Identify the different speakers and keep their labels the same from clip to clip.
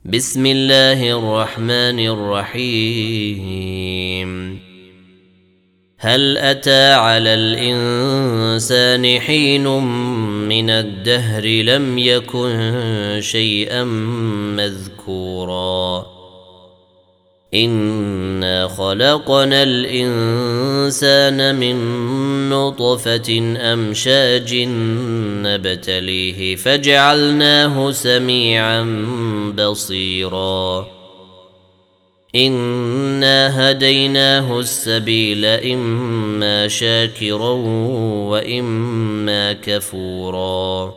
Speaker 1: بسم الله الرحمن الرحيم. هل أتى على الإنسان حين من الدهر لم يكن شيئا مذكورا إنا خلقنا الإنسان من نطفة أمشاج نبتليه فجعلناه سميعا بصيرا إنا هديناه السبيل إما شاكرا وإما كفورا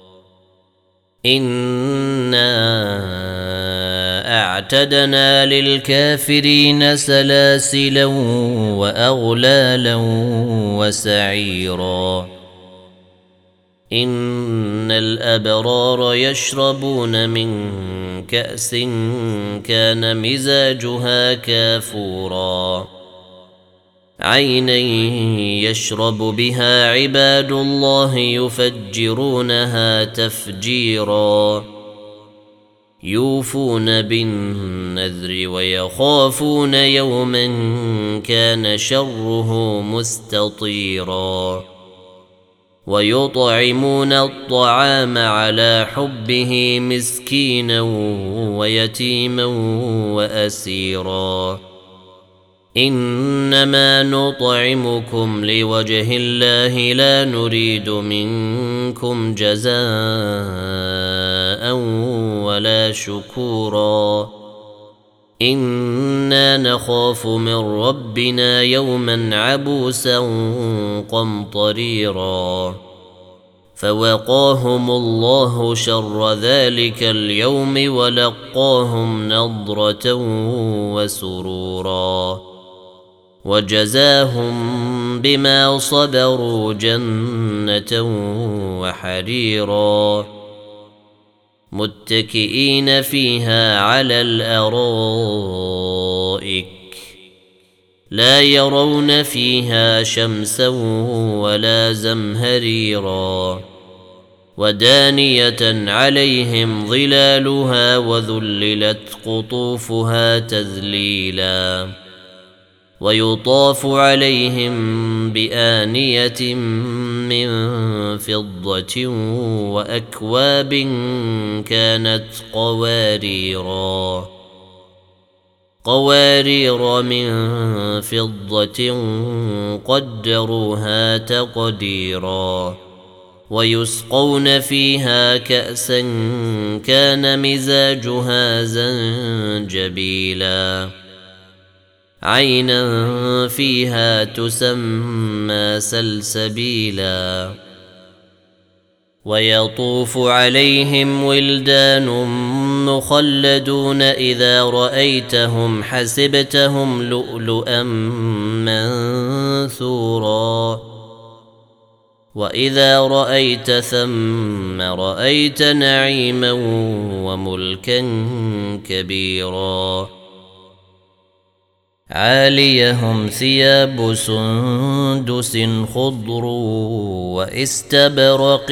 Speaker 1: إنا أعتدنا للكافرين سلاسلا وأغلالا وسعيرا إن الأبرار يشربون من كأس كان مزاجها كافورا عينا يشرب بها عباد الله يفجرونها تفجيرا يوفون بالنذر ويخافون يوما كان شره مستطيرا ويطعمون الطعام على حبه مسكينا ويتيما وأسيرا إنما نطعمكم لوجه الله لا نريد منكم جزاء ولا شكورا إنا نخاف من ربنا يوما عبوسا قمطريرا فوقاهم الله شر ذلك اليوم ولقاهم نضرة وسرورا وجزاهم بما صبروا جنة وحريرا متكئين فيها على الأرائك لا يرون فيها شمسا ولا زمهريرا ودانية عليهم ظلالها وذللت قطوفها تذليلا ويطاف عليهم بآنية من فضة وأكواب كانت قوارير من فضة قدروها تقديرا ويسقون فيها كأسا كان مزاجها زنجبيلا عينا فيها تسمى سلسبيلا ويطوف عليهم ولدان مخلدون إذا رأيتهم حسبتهم لؤلؤا منثورا وإذا رأيت ثم رأيت نعيما وملكا كبيرا عاليهم ثياب سندس خضر وإستبرق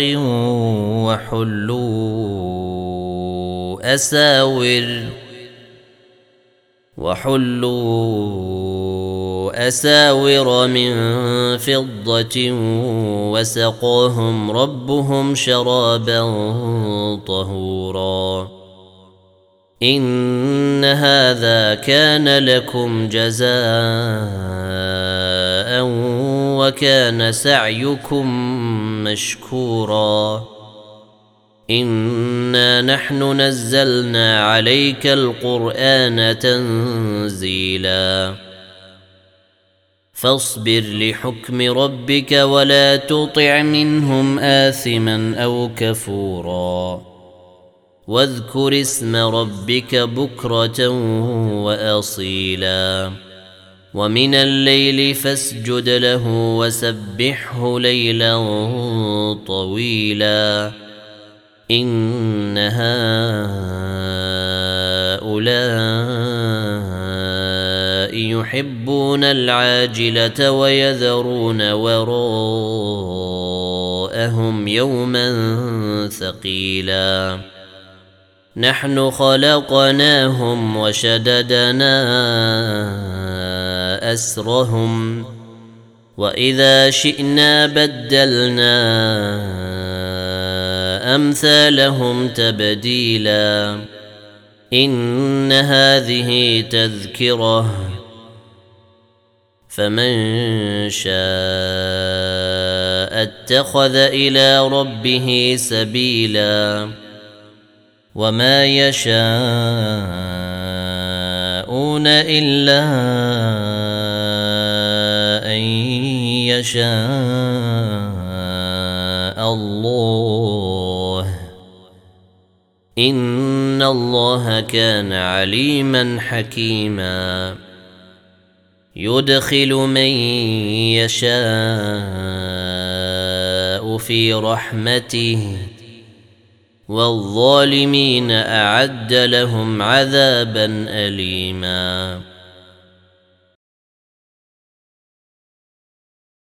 Speaker 1: وحلوا أساور من فضة وسقاهم ربهم شرابا طهورا إن هذا كان لكم جزاء وكان سعيكم مشكورا إنا نحن نزلنا عليك القرآن تنزيلا فاصبر لحكم ربك ولا تطع منهم آثما أو كفورا واذكر اسم ربك بكرة وأصيلا ومن الليل فاسجد له وسبحه ليلا طويلا إن هؤلاء يحبون العاجلة ويذرون وراءهم يوما ثقيلا نحن خلقناهم وشددنا أسرهم وإذا شئنا بدلنا أمثالهم تبديلا إن هذه تذكرة فمن شاء اتخذ إلى ربه سبيلا وما يشاءون إلا أن يشاء الله إن الله كان عليما حكيما يدخل من يشاء في رحمته والظالمين أعد لهم عذابا أليما